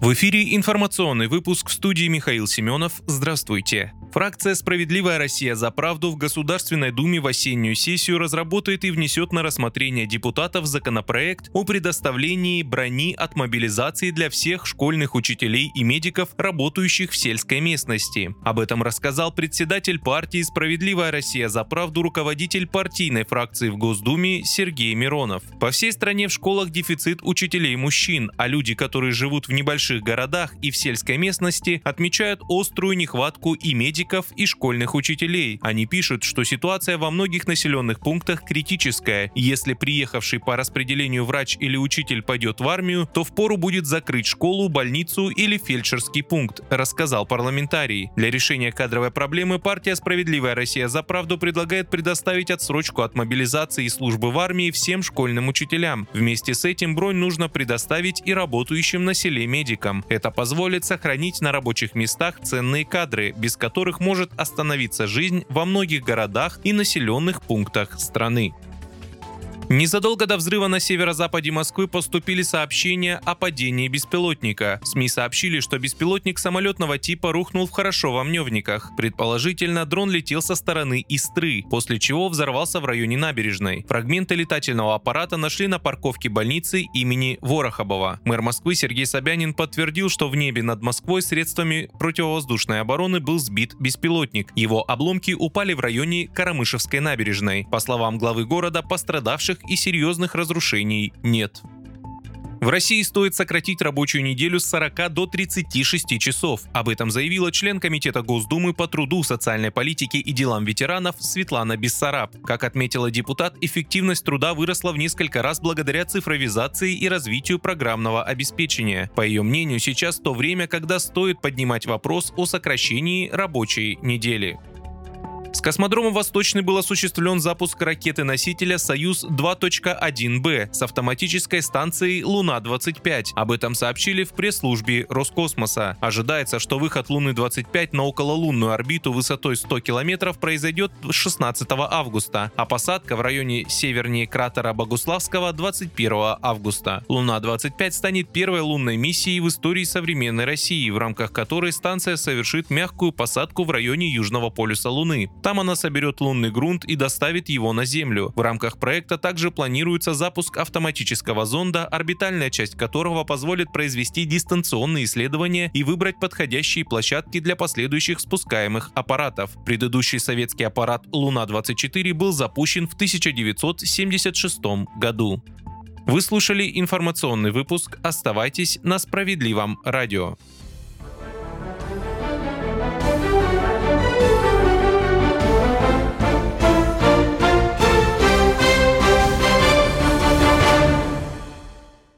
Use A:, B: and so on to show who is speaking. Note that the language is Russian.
A: В эфире информационный выпуск, в студии Михаил Семенов. Здравствуйте. Фракция «Справедливая Россия за правду» в Государственной Думе в осеннюю сессию разработает и внесет на рассмотрение депутатов законопроект о предоставлении брони от мобилизации для всех школьных учителей и медиков, работающих в сельской местности. Об этом рассказал председатель партии «Справедливая Россия за правду», руководитель партийной фракции в Госдуме Сергей Миронов. По всей стране в школах дефицит учителей-мужчин, а люди, которые живут в небольших городах и в сельской местности, отмечают острую нехватку и медиков, и школьных учителей. Они пишут, что ситуация во многих населенных пунктах критическая. Если приехавший по распределению врач или учитель пойдет в армию, то впору будет закрыть школу, больницу или фельдшерский пункт, рассказал парламентарий. Для решения кадровой проблемы партия «Справедливая Россия за правду» предлагает предоставить отсрочку от мобилизации и службы в армии всем школьным учителям. Вместе с этим бронь нужно предоставить и работающим на селе медикам. Это позволит сохранить на рабочих местах ценные кадры, без которых может остановиться жизнь во многих городах и населенных пунктах страны. Незадолго до взрыва на северо-западе Москвы поступили сообщения о падении беспилотника. СМИ сообщили, что беспилотник самолетного типа рухнул в Хорошово-Мневниках. Предположительно, дрон летел со стороны Истры, после чего взорвался в районе набережной. Фрагменты летательного аппарата нашли на парковке больницы имени Ворохобова. Мэр Москвы Сергей Собянин подтвердил, что в небе над Москвой средствами противовоздушной обороны был сбит беспилотник. Его обломки упали в районе Карамышевской набережной. По словам главы города, пострадавших и серьезных разрушений нет. В России стоит сократить рабочую неделю с 40 до 36 часов. Об этом заявила член Комитета Госдумы по труду, социальной политике и делам ветеранов Светлана Бессараб. Как отметила депутат, эффективность труда выросла в несколько раз благодаря цифровизации и развитию программного обеспечения. По ее мнению, сейчас то время, когда стоит поднимать вопрос о сокращении рабочей недели. С космодрома «Восточный» был осуществлен запуск ракеты-носителя «Союз-2.1Б» с автоматической станцией «Луна-25». Об этом сообщили в пресс-службе Роскосмоса. Ожидается, что выход Луны-25 на окололунную орбиту высотой 100 километров произойдет 16 августа, а посадка в районе севернее кратера Богуславского 21 августа. «Луна-25» станет первой лунной миссией в истории современной России, в рамках которой станция совершит мягкую посадку в районе Южного полюса Луны. Там она соберет лунный грунт и доставит его на Землю. В рамках проекта также планируется запуск автоматического зонда, орбитальная часть которого позволит произвести дистанционные исследования и выбрать подходящие площадки для последующих спускаемых аппаратов. Предыдущий советский аппарат «Луна-24» был запущен в 1976 году. Вы слушали информационный выпуск. Оставайтесь на Справедливом радио.